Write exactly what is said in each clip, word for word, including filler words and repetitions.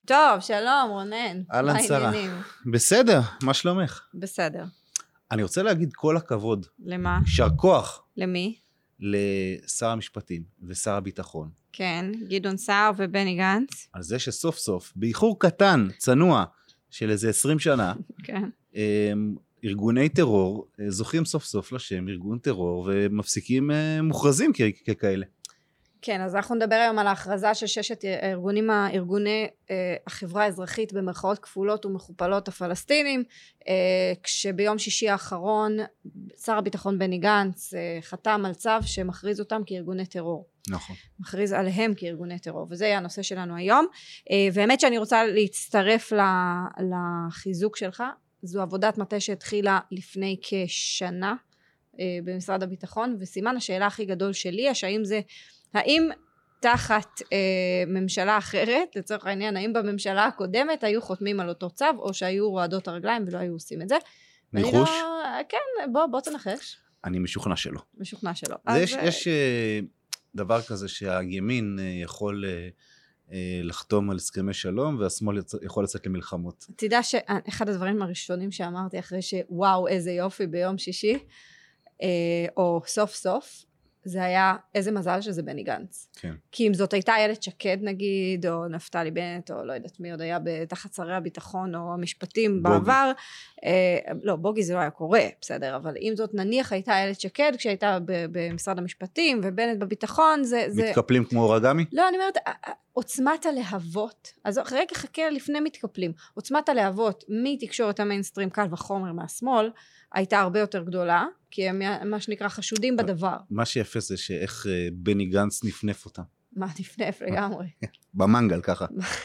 טוב, שלום, רונן. אהלן שרה. בסדר, מה שלומך? בסדר. אני רוצה להגיד כל הכבוד. למה? יישר כוח. למי? לשר המשפטים ושר הביטחון. כן, גדעון סער ובני גנץ. על זה שסוף סוף, באיחור קטן, צנוע, של איזה עשרים שנה, כן. ארגוני טרור זוכים סוף סוף לשם ארגון טרור, ומפסיקים מוכרזים ככאלה. כן, אז אנחנו נדבר היום על ההכרזה של ששת הארגונים, הארגוני החברה האזרחית במרכאות כפולות ומכופלות הפלסטינים, כשביום שישי האחרון שר הביטחון בני גנץ חתם על צו שמכריז אותם כארגוני טרור. נכון. מכריז עליהם כארגוני טרור, וזה יהיה הנושא שלנו היום. והאמת שאני רוצה להצטרף לחיזוק שלך, זו עבודת מטה שהתחילה לפני כשנה במשרד הביטחון, וסימן השאלה הכי גדול שלי, האם זה האם תחת אה, ממשלה אחרת, לצורך העניין, האם בממשלה הקודמת היו חותמים על אותו צו, או שהיו רועדות הרגליים ולא היו עושים את זה? ניחוש? לא, כן, בוא, בוא תנחש. אני משוכנע שלא. משוכנע שלא. אז... יש, יש אה, דבר כזה שהימין אה, יכול אה, אה, לחתום על הסכמי שלום, והשמאל יצ... יכול לצאת למלחמות. תדע שאחד הדברים הראשונים שאמרתי אחרי שוואו, איזה יופי ביום שישי, אה, או סוף סוף, זה היה איזה מזל שזה בני גנץ. כן. כי אם זאת הייתה איילת שקד נגיד, או נפתלי בנט, או לא יודעת מי עוד היה בתחת שרי הביטחון, או המשפטים בוגי. בעבר, אה, לא, בוגי זה לא היה קורה, בסדר, אבל אם זאת נניח הייתה איילת שקד, כשהייתה במשרד המשפטים, ובנט בביטחון, זה... מתקפלים זה... כמו אורגמי? לא, אני אומרת, עוצמת הלהבות, אז רגע חכה לפני מתקפלים, עוצמת הלהבות מתקשורת המיינסטרים, קל וחומר מהשמאל, הייתה הרבה יותר גדולה, כי הם מה שנקרא חשודים בדבר. מה שיפה זה שאיך בני גנץ נפנף אותה. מה נפנף לגמרי? במנגל ככה.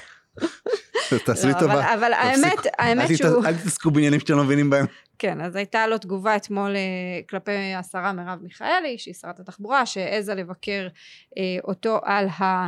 תעשו לי טובה. אבל האמת, האמת שהוא... אל תתעסקו בעניינים שאתם לא מבינים בהם. כן, אז הייתה לו תגובה אתמול כלפי השרה מרב מיכאלי, שהיא שרת התחבורה, שהעזה לבקר אותו על ה...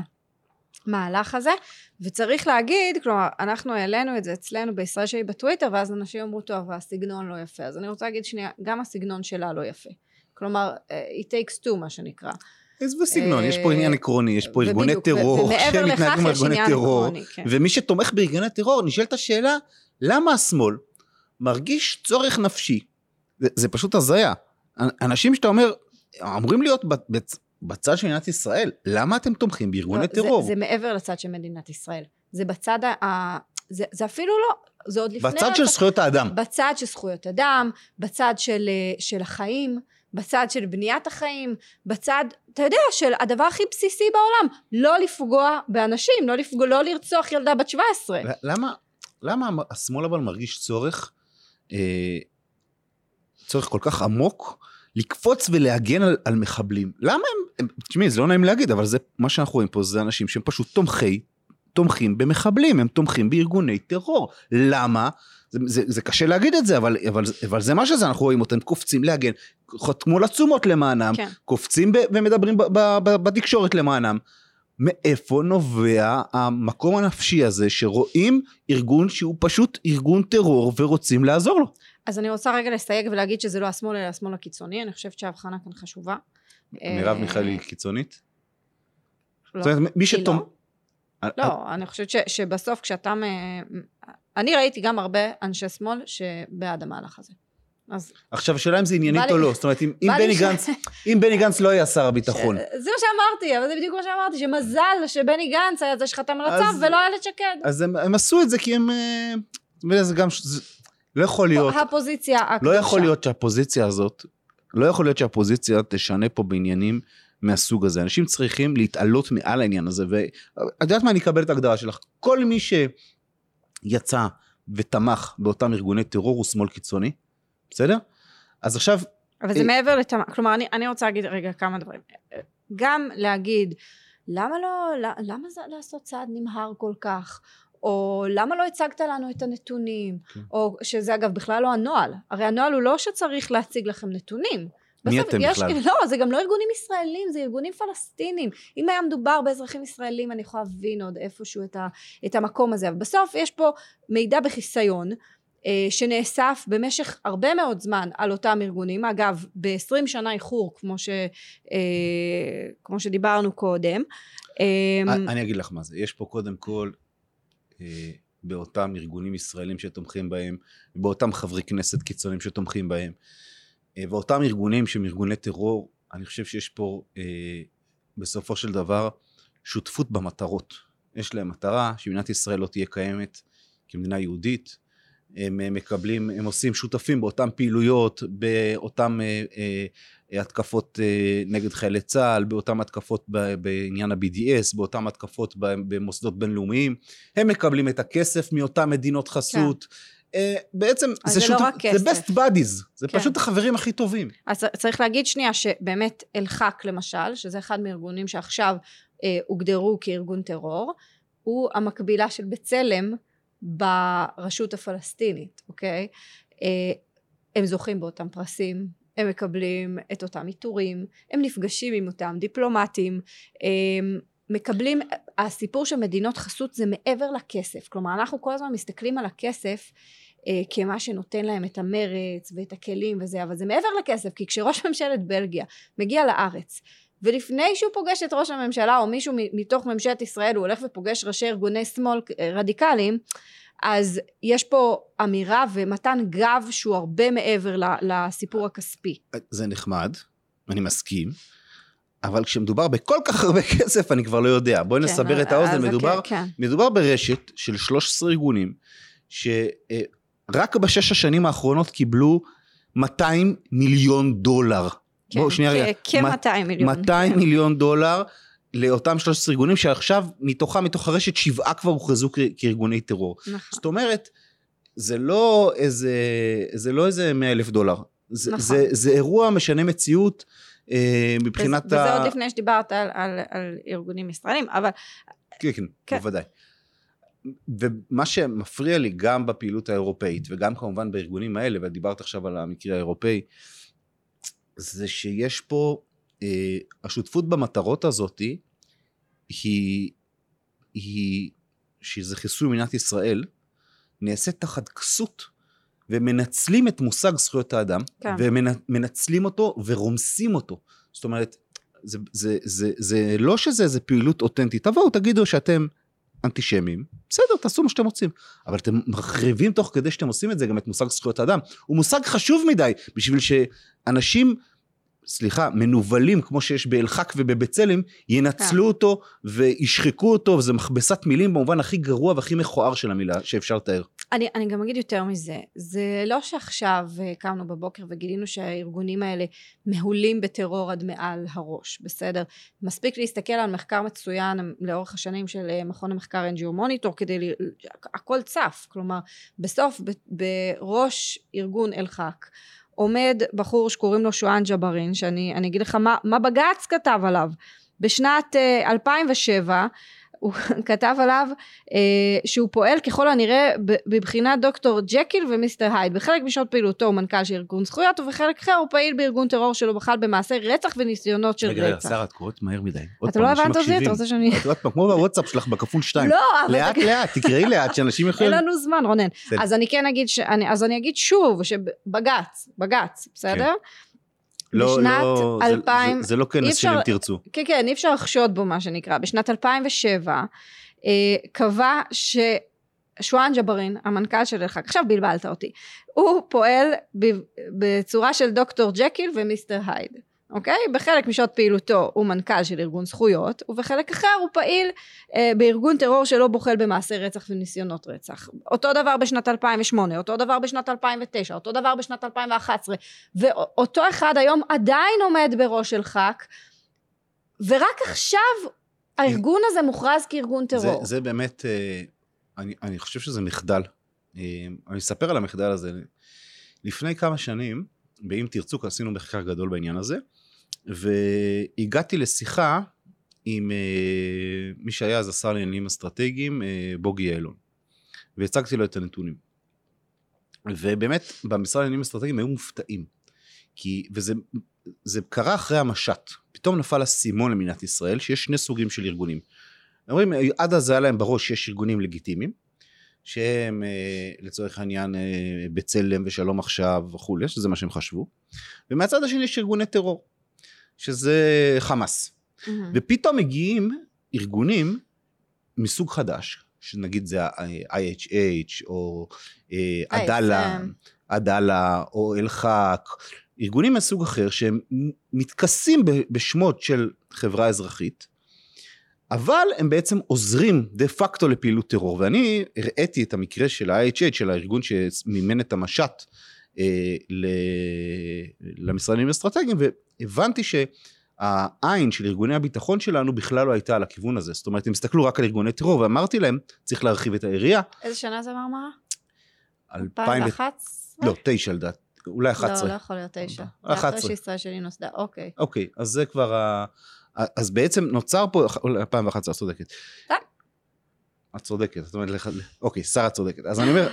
מהלך הזה, וצריך להגיד, כלומר, אנחנו העלינו את זה אצלנו בישראל שלי בטוויטר, ואז אנשים אמרו, טוב, הסגנון לא יפה, אז אני רוצה להגיד שנייה, גם הסגנון שלה לא יפה, כלומר, it takes two, מה שנקרא. איזה סגנון, יש פה עניין עקרוני, יש פה ארגוני טרור, שמתנהגים ארגוני טרור, ומי שתומך בארגוני טרור, נשאלת השאלה, למה השמאל מרגיש צורך נפשי? זה פשוט הזיה. אנשים שאתה אומר, אמורים להיות בצד של מדינת ישראל, למה אתם תומכים בארגוני לא, טרור? זה, זה מעבר לצד של מדינת ישראל. זה בצד, ה, זה, זה אפילו לא, זה עוד לפני... בצד של זכויות האדם. בצד של זכויות אדם, בצד של, של החיים, בצד של בניית החיים, בצד, אתה יודע, של הדבר הכי בסיסי בעולם, לא לפגוע באנשים, לא לפגוע, לא לרצוח ילדה בת שבע עשרה. למה, למה השמאל אבל מרגיש צורך, אה, צורך כל כך עמוק, לקפוץ ולהגן על, על מחבלים? למה הם, הם תשמעי, זה לא נעים להגיד, אבל זה, מה שאנחנו רואים פה, זה אנשים שהם פשוט תומכי, תומכים במחבלים, הם תומכים בארגוני טרור. למה? זה, זה, זה קשה להגיד את זה, אבל, אבל, אבל זה מה שזה, אנחנו רואים אותם, קופצים להגן, חתמו לצומות למענם, כן. קופצים ב, ומדברים ב, ב, ב, בתקשורת למענם. מאיפה נובע המקום הנפשי הזה, שרואים ארגון שהוא פשוט ארגון טרור, ורוצים לעזור לו? אז אני רוצה רגע לסייג ולהגיד שזה לא השמאל, אלא השמאל הקיצוני, אני חושבת שההבחנה כאן חשובה. מרב מיכאלי קיצונית? לא, היא לא. לא, אני חושבת שבסוף כשאתה, אני ראיתי גם הרבה אנשי שמאל שבעד המהלך הזה. עכשיו השאלה אם זה עניינית או לא, זאת אומרת אם בני גנץ לא היה שר הביטחון. זה מה שאמרתי, אבל זה בדיוק מה שאמרתי, שמזל שבני גנץ היה זה שחתם על הצו ולא איילת שקד. אז הם עשו את זה כי הם, זה גם... לא יכול להיות, הפוזיציה הקדושה. לא יכול להיות שהפוזיציה הזאת, לא יכול להיות שהפוזיציה תשנה פה בעניינים מהסוג הזה. אנשים צריכים להתעלות מעל העניין הזה, ואת יודעת מה, אני אקבל את ההגדרה שלך. כל מי שיצא ותמך באותם ארגוני טרור הוא שמאל קיצוני, בסדר? אז עכשיו... אבל זה מעבר לתמך, כלומר, אני, אני רוצה להגיד רגע כמה דברים. גם להגיד, למה לא, למה זה לעשות צעד נמהר כל כך? או למה לא הצגת לנו את הנתונים, או שזה אגב בכלל לא הנועל, הרי הנועל הוא לא שצריך להציג לכם נתונים, מי אתם בכלל? לא, זה גם לא ארגונים ישראלים, זה ארגונים פלסטינים, אם היה מדובר באזרחים ישראלים, אני יכולה להבין עוד איפשהו את, ה, את המקום הזה, אבל בסוף יש פה מידע בחיסיון, אה, שנאסף במשך הרבה מאוד זמן על אותם ארגונים, אגב ב-עשרים שנה איחור, כמו, ש, אה, כמו שדיברנו קודם. אה, אני אגיד לך מה זה, יש פה קודם כל, באותם ארגונים ישראלים שתומכים בהם, באותם חברי כנסת קיצוניים שתומכים בהם, ואותם ארגונים שהם ארגוני טרור. אני חושב שיש פה בסופו של דבר שותפות במטרות. יש להם מטרה שמדינת ישראל לא תהיה קיימת כמדינה יהודית. הם מקבלים, הם עושים שותפים באותם פעילויות, באותם התקפות נגד חיילי צה"ל, באותם התקפות בעניין ה-בי די אס, באותם התקפות במוסדות בינלאומיים. הם מקבלים את הכסף מאותם מדינות חסות. כן. בעצם זה, זה, שוט... לא זה best buddies, זה כן. פשוט החברים הכי טובים. אז צריך להגיד שנייה שבאמת אל-חק למשל, שזה אחד מארגונים שעכשיו אה, הוגדרו כארגון טרור, הוא המקבילה של בצלם ברשות הפלסטינית, אוקיי? אה, הם זוכים באותם פרסים, הם מקבלים את אותם איתורים, הם נפגשים עם אותם דיפלומטים, הם מקבלים, הסיפור של מדינות חסות זה מעבר לכסף, כלומר אנחנו כל הזמן מסתכלים על הכסף אה, כמה שנותן להם את המרץ ואת הכלים וזה, אבל זה מעבר לכסף, כי כשראש ממשלת בלגיה מגיע לארץ, ולפני שהוא פוגש את ראש הממשלה או מישהו מתוך ממשלת ישראל, הוא הולך ופוגש ראשי ארגוני שמאל רדיקליים, אז יש פה אמירה ומתן גב שהוא הרבה מעבר לסיפור הכספי. זה נחמד, אני מסכים, אבל כשמדובר בכל כך הרבה כסף אני כבר לא יודע. בואי כן, נסבר את האוזן, מדובר, כן, כן. מדובר ברשת של שלושה עשר ארגונים, שרק בשש השנים האחרונות קיבלו מאתיים מיליון דולר. כן, בואו שנייה רגע. כ-מאתיים מיליון. מאתיים כן. מיליון דולר לאותם שלושה עשר ארגונים, שעכשיו מתוכם, מתוך הרשת, שבעה כבר הוכרזו כארגוני טרור. נכון. זאת אומרת, זה לא איזה, זה לא איזה מאה אלף דולר. זה, נכון. זה, זה אירוע משנה מציאות, אה, מבחינת וזה, ה... וזה עוד לפני שדיברת על, על, על ארגונים ישראלים, אבל... כן, כן, כן. בוודאי. ומה שמפריע לי גם בפעילות האירופאית, וגם כמובן בארגונים האלה, ודיברת עכשיו על המקרה האירופאי, זה שיש פה, אה, השותפות במטרות הזאת, היא, היא, שזה חיסוי מדינת ישראל, נעשית תחת כסות, ומנצלים את מושג זכויות האדם, כן. ומנצלים אותו ורומסים אותו. זאת אומרת, זה, זה, זה, זה לא שזה איזה פעילות אותנטית, תבואו, תגידו שאתם אנטישמים, בסדר, תעשו מה שאתם רוצים, אבל אתם מחריבים תוך כדי שאתם עושים את זה, גם את מושג זכויות האדם, הוא מושג חשוב מדי, בשביל שאנשים, סליחה, מנובלים, כמו שיש באל-חק ובבצלם, ינצלו כן. אותו, וישחקו אותו, וזה מכבסת מילים, במובן הכי גרוע, והכי מכוער של המילה, שאפשר לתאר. אני, אני גם אגיד יותר מזה, זה לא שעכשיו קמנו בבוקר, וגילינו שהארגונים האלה, מהולים בטרור עד מעל הראש, בסדר? מספיק להסתכל על מחקר מצוין, לאורך השנים של מכון המחקר אן ג'י או Monitor, כדי, ל... הכל צף, כלומר, בסוף, ב, בראש ארגון אל-חק, עומד בחור שקוראים לו שואן ג'בארין, שאני אני אגיד לך מה, מה בג"ץ כתב עליו. בשנת uh, אלפיים ושבע, הוא כתב עליו uh, שהוא פועל ככל הנראה בבחינת דוקטור ג'קיל ומיסטר הייד. בחלק משעות פעילותו הוא מנכ"ל של ארגון זכויות, ובחלק אחר הוא פעיל בארגון טרור שלו בחל במעשה רצח וניסיונות של רצח. רגע, רגע, שרה, את קוראת מהר מדי. אתה לא הבנת אותי? אתה רוצה שאני... את רואה כמו בוואטסאפ שלך בכפול שתיים. לא, לאט לאט, תקראי לאט, שאנשים יכולים... אין לנו זמן, רונן. אז אני כן אגיד, אז אני אגיד שוב, שבג"ץ, בג"ץ, בסדר? לא, בשנת לא, אלפיים... זה, זה לא כנס של אם תרצו. כן, כן, אי אפשר לחשוד בו מה שנקרא. בשנת אלפיים ושבע אה, קבע ששואן ג'בארין, המנכ"ל של אל-חק, עכשיו בלבלת אותי, הוא פועל בצורה של דוקטור ג'קיל ומיסטר הייד. אוקיי? בחלק משעות פעילותו הוא מנכ"ל של ארגון זכויות, ובחלק אחר הוא פעיל אה, בארגון טרור שלא בוחל במעשה רצח וניסיונות רצח. אותו דבר בשנת אלפיים ושמונה, אותו דבר בשנת אלפיים ותשע, אותו דבר בשנת אלפיים ואחת עשרה, ואותו אחד היום עדיין עומד בראש אל-חק, ורק עכשיו הארגון הזה מוכרז כארגון טרור. זה, זה באמת, אני, אני חושב שזה מחדל. אני אספר על המחדל הזה. לפני כמה שנים, באם תרצו, עשינו מחקר גדול בעניין הזה, והגעתי לשיחה עם uh, מי שהיה אז השר לעניינים אסטרטגיים, uh, בוגי יעלון, והצגתי לו את הנתונים. ובאמת, במשרד לעניינים אסטרטגיים היו מופתעים, כי, וזה זה קרה אחרי המשט, פתאום נפל הסימון למדינת ישראל, שיש שני סוגים של ארגונים. אומרים, עד אז היה להם בראש שיש ארגונים לגיטימיים, שהם לצורך העניין בצלם ושלום עכשיו וכו', שזה מה שהם חשבו, ומהצד השני יש ארגוני טרור, שזה חמאס, mm-hmm. ופתאום מגיעים ארגונים מסוג חדש, שנגיד זה ה-איי אייץ' אייץ' או עדאלה, עדאלה או אל-חאק, ארגונים מסוג אחר שהם מתכסים בשמות של חברה אזרחית, אבל הם בעצם עוזרים דה פקטו לפעילות טרור, ואני הראיתי את המקרה של ה-איי אייץ' אייץ', של הארגון שמימן את המשט אה, למשרדים אסטרטגיים, והבנתי שהעין של ארגוני הביטחון שלנו בכלל לא הייתה על הכיוון הזה, זאת אומרת, הם הסתכלו רק על ארגוני טרור, ואמרתי להם, צריך להרחיב את העירייה. איזה שנה זה מרמרה? אלפיים ואחת עשרה? לא, תשע לדעת, אולי אחת עשרה. לא, לא יכול להיות תשע. אחת עשרה שישראל שלי נוסדה, אוקיי. אוקיי, אז זה כבר ה... אז בעצם נוצר פה, אלפיים ואחת עשרה, את צודקת. את צודקת, זאת אומרת, אוקיי, שרה צודקת. אז אני אומר,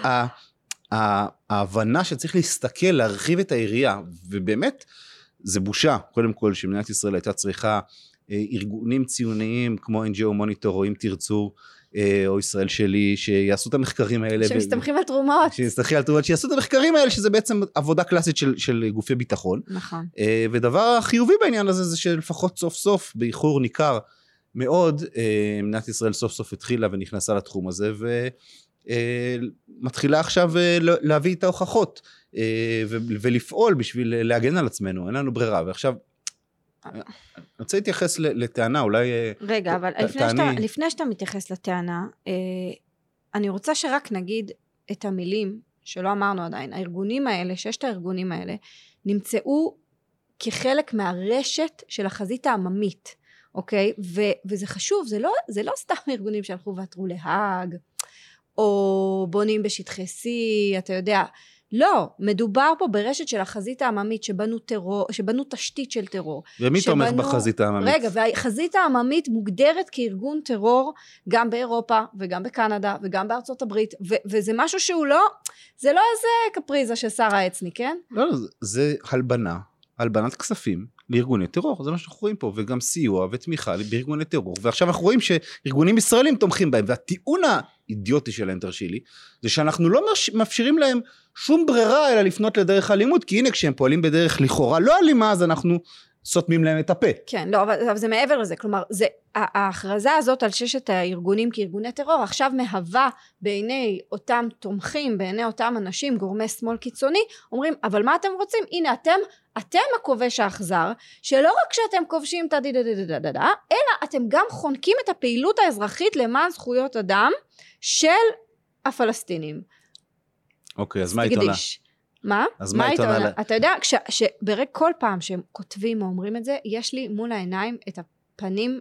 ההבנה שצריך להסתכל, להרחיב את העירייה, ובאמת, זה בושה, קודם כל, שמדינת ישראל הייתה צריכה ארגונים ציוניים, כמו אן ג'י או מוניטור, או אם תרצו, או ישראל שלי, שיעשו את המחקרים האלה. שמסתמכים על תרומות. שמסתמכים על תרומות, שיעשו את המחקרים האלה, שזה בעצם עבודה קלאסית של, של גופי ביטחון. נכון. ודבר החיובי בעניין הזה, זה שלפחות סוף סוף, באיחור ניכר מאוד, מדינת ישראל סוף סוף התחילה ונכנסה לתחום הזה, ומתחילה עכשיו להביא את ההוכחות, ולפעול בשביל להגן על עצמנו, אין לנו ברירה, ועכשיו, אני רוצה להתייחס לטענה, אולי... רגע, אבל לפני שאתה מתייחס לטענה, אני רוצה שרק נגיד את המילים שלא אמרנו עדיין, הארגונים האלה, ששת הארגונים האלה, נמצאו כחלק מהרשת של החזית העממית, אוקיי? וזה חשוב, זה לא, זה לא סתם ארגונים שהלכו ועתרו להאג, או בונים בשטחי C, אתה יודע... לא, מדובר פה ברשת של החזית העממית שבנו טרור, שבנו תשתית של טרור. ומי שבנו... תומך בחזית העממית? רגע, והחזית העממית מוגדרת כארגון טרור גם באירופה וגם בקנדה וגם בארצות הברית, ו- וזה משהו שהוא לא, זה לא איזה קפריזה של שרה העצני, כן? לא, לא, זה הלבנה, הלבנת כספים לארגוני טרור, זה מה שאנחנו רואים פה, וגם סיוע ותמיכה בארגוני טרור, ועכשיו אנחנו רואים שארגונים ישראלים תומכים בהם, והטיעון האידיוטי שלהם תרשילי, זה שאנחנו לא מאפשרים להם שום ברירה אלא לפנות לדרך אלימות, כי הנה כשהם פועלים בדרך לכאורה לא אלימה, אז אנחנו סותמים להם את הפה. כן, לא, אבל, אבל זה מעבר לזה, כלומר, זה, ההכרזה הזאת על ששת הארגונים כארגוני טרור, עכשיו מהווה בעיני אותם תומכים, בעיני אותם אנשים, גורמי שמאל קיצוני, אומרים, אבל מה אתם רוצים? הנה, אתם, אתם הכובש האכזר, שלא רק שאתם כובשים את הדדדדדדדה, אלא אתם גם חונקים את הפעילות האזרחית למען זכויות אדם של הפלסטינים. אוקיי, אז מה העיתונה? מה? אז מה העיתונה? אתה יודע, שברגע כל פעם שהם כותבים או אומרים את זה, יש לי מול העיניים את הפנים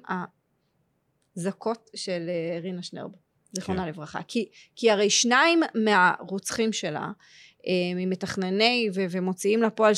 הזכות של רינה שנרב, זכרונה לברכה. כי הרי שניים מהרוצחים שלה, ממתכנני ומוציאים לפועל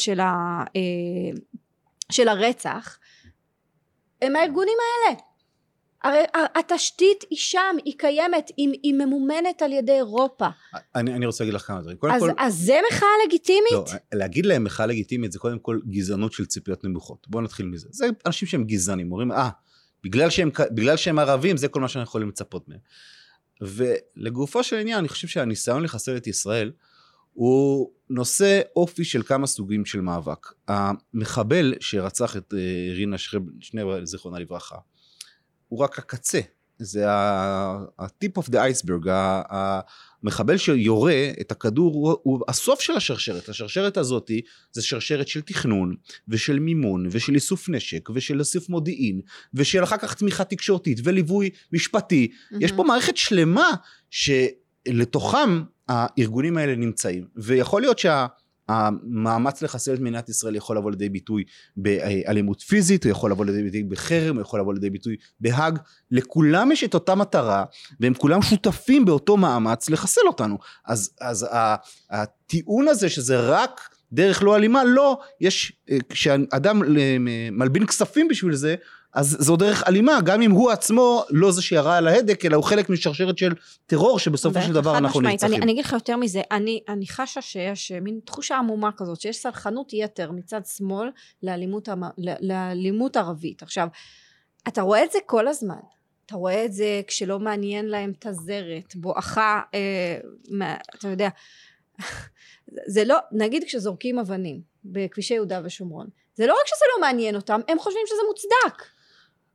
של הרצח, הם הארגונים האלה. הרי התשתית היא שם, היא קיימת, היא, היא ממומנת על ידי אירופה. אני, אני רוצה להגיד לך כמה דברים. אז, כל... אז זה מחאה לגיטימית? לא, להגיד להם מחאה לגיטימית זה קודם כל גזענות של ציפיות נמוכות. בואו נתחיל מזה. זה אנשים שהם גזענים, אומרים, אה, בגלל שהם, בגלל שהם ערבים, זה כל מה שאנחנו יכולים לצפות מהם. ולגופו של עניין, אני חושב שהניסיון לחסל את ישראל, הוא נושא אופי של כמה סוגים של מאבק. המחבל שרצח את רינה שנרב, זיכרונה לברכה, הוא רק הקצה, זה ה-tip of the iceberg, המחבל שיורה את הכדור, הוא, הוא הסוף של השרשרת, השרשרת הזאת זה שרשרת של תכנון, ושל מימון, ושל איסוף נשק, ושל איסוף מודיעין, ושל אחר כך תמיכה תקשורתית, וליווי משפטי, mm-hmm. יש פה מערכת שלמה, שלתוכם הארגונים האלה נמצאים, ויכול להיות שה... המאמץ לחסל את מדינת ישראל יכול לבוא לידי ביטוי באלימות פיזית, הוא יכול לבוא לידי ביטוי בחרם, הוא יכול לבוא לידי ביטוי בהאג, לכולם יש את אותה מטרה, והם כולם שותפים באותו מאמץ לחסל אותנו, אז, אז הטיעון הזה שזה רק דרך לא אלימה, לא, יש, כשאדם מלבין כספים בשביל זה, אז זו דרך אלימה, גם אם הוא עצמו לא זה שירה על ההדק, אלא הוא חלק משרשרת של טרור, שבסופו של דבר אנחנו נרצחים. אני, אני אגיד לך יותר מזה, אני, אני חשה שיש מין תחושה עמומה כזאת, שיש סלחנות יתר מצד שמאל לאלימות, לאלימות ערבית. עכשיו, אתה רואה את זה כל הזמן, אתה רואה את זה כשלא מעניין להם את הזרת, בואכה, אה, מה, אתה יודע, זה לא, נגיד כשזורקים אבנים, בכבישי יהודה ושומרון, זה לא רק שזה לא מעניין אותם, הם חושבים שזה מוצדק.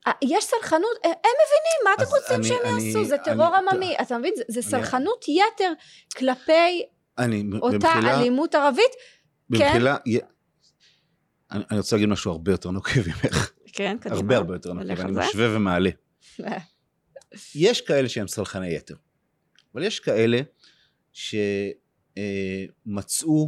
יש סלחנות, הם מבינים, מה אתם רוצים אני, שהם אני, יעשו? זה אני, טרור אני, עממי, אתה מבין? זה, זה אני, סלחנות יתר כלפי אני, אותה במחילה, אלימות ערבית. במחילה, כן? אני, אני רוצה להגיד משהו הרבה יותר נוקב ממך. כן, קדימה. הרבה הרבה יותר נוקב, אני משווה ומעלה. יש כאלה שהם סלחני יתר, אבל יש כאלה שמצאו,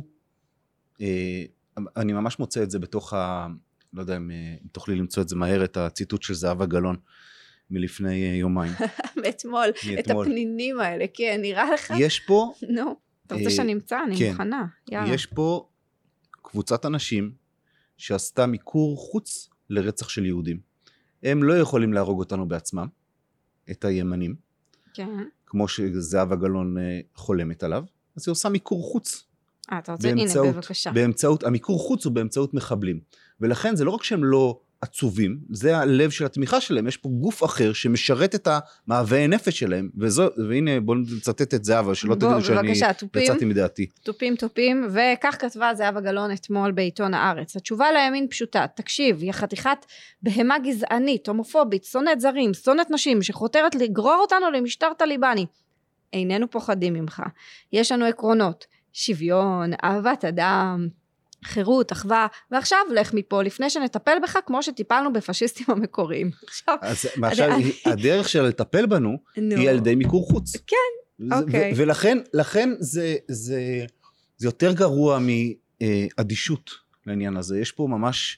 אני ממש מוצא את זה בתוך ה... לא יודע אם תוכלי למצוא את זה מהר, את הציטוט של זהבה גלאון מלפני יומיים. מאתמול, את הפנינים האלה, כן, נראה לך? יש פה... נו, אתה רוצה שנמצא? אני מוכנה, יאללה. יש פה קבוצת אנשים שעשתה מיקור חוץ לרצח של יהודים. הם לא יכולים להרוג אותנו בעצמם, את הימנים, כן. כמו שזהבה גלאון חולמת עליו, אז היא עושה מיקור חוץ. אה, אתה רוצה? הנה, בבקשה. באמצעות, המיקור חוץ הוא באמצעות מחבלים. ולכן זה לא רק שהם לא עצובים, זה הלב של התמיכה שלהם, יש פה גוף אחר שמשרת את המאוויי נפש שלהם, וזו, והנה בואו נצטט את זהבה, שלא תגידו שאני יצאתי מדעתי. טופים טופים, וכך כתבה זהבה גלאון אתמול בעיתון הארץ. התשובה לימין פשוטה, תקשיב, היא חתיכת בהמה גזענית, הומופובית, שונאת זרים, שונאת נשים, שחותרת לגרור אותנו למשטר טליבני. איננו פוחדים ממך. יש לנו עקרונות, שוויון, אהבת אדם, חירות, אחווה, ועכשיו לך מפה, לפני שנטפל בך, כמו שטיפלנו בפשיסטים המקוריים. עכשיו, אז עכשיו, הדרך של לטפל בנו, היא על ידי מיקור חוץ. כן, אוקיי. ולכן, לכן זה, זה, זה יותר גרוע מאדישות לעניין הזה. יש פה ממש,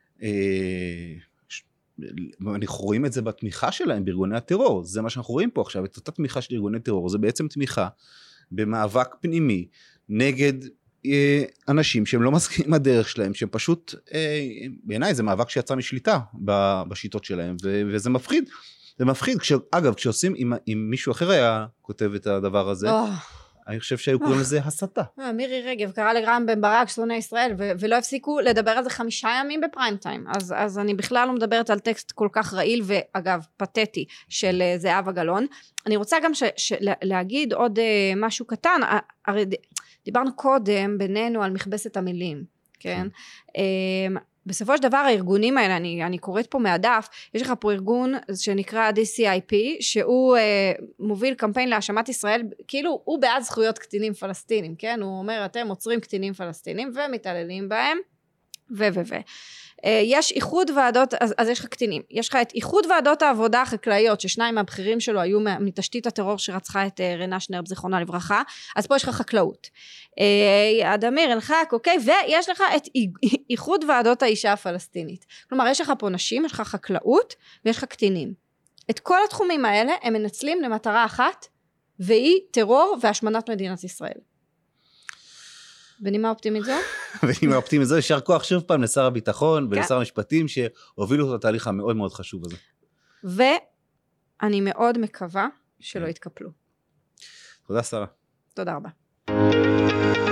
אנחנו רואים את זה בתמיכה שלהם בארגוני הטרור, זה מה שאנחנו רואים פה עכשיו, את אותה תמיכה של ארגוני טרור, זה בעצם תמיכה במאבק פנימי, נגד אנשים שהם לא מסכימים הדרך שלהם, שהם פשוט, בעיניי זה מאבק שיצא משליטה בשיטות שלהם, וזה מפחיד, זה מפחיד, אגב, כשעושים, אם מישהו אחר היה כותב את הדבר הזה, אני חושב שהיו קוראים לזה הסתה. מירי רגב קרא לרם בן ברק שונא ישראל, ולא הפסיקו לדבר על זה חמישה ימים בפריים טיים, אז אני בכלל לא מדברת על טקסט כל כך רעיל, ואגב, פתטי, של זהבה גלאון. אני רוצה גם להגיד עוד משהו קטן, הרי דיברנו קודם בינינו על מכבסת המילים, כן? בסופו של דבר הארגונים האלה, אני, אני קוראת פה מהדף, יש לך פה ארגון שנקרא די סי איי פי, שהוא אה, מוביל קמפיין להאשמת ישראל, כאילו הוא בעד זכויות קטינים פלסטינים, כן? הוא אומר, אתם עוצרים קטינים פלסטינים ומתעללים בהם, ו ו ו. אה, יש איחוד ועדות, אז, אז יש לך קטינים, יש לך את איחוד ועדות העבודה החקלאיות, ששניים מהבכירים שלו היו מתשתית הטרור שרצחה את אה, רנה שנרב, זיכרונה לברכה, אז פה יש לך חקלאות. אה, אדמיר, אלחק, אוקיי, ויש לך את איחוד ועדות האישה הפלסטינית. כלומר, יש לך פה נשים, יש לך חקלאות, ויש לך קטינים. את כל התחומים האלה הם מנצלים למטרה אחת, והיא טרור והשמנת מדינת ישראל. בנימה אופטימית זו? בנימה אופטימית זו, ישר כוח שוב פעם לשר הביטחון ולשר המשפטים שהובילו את התהליך המאוד מאוד חשוב הזה. ואני מאוד מקווה שלא יתקפלו. תודה שרה. תודה רבה.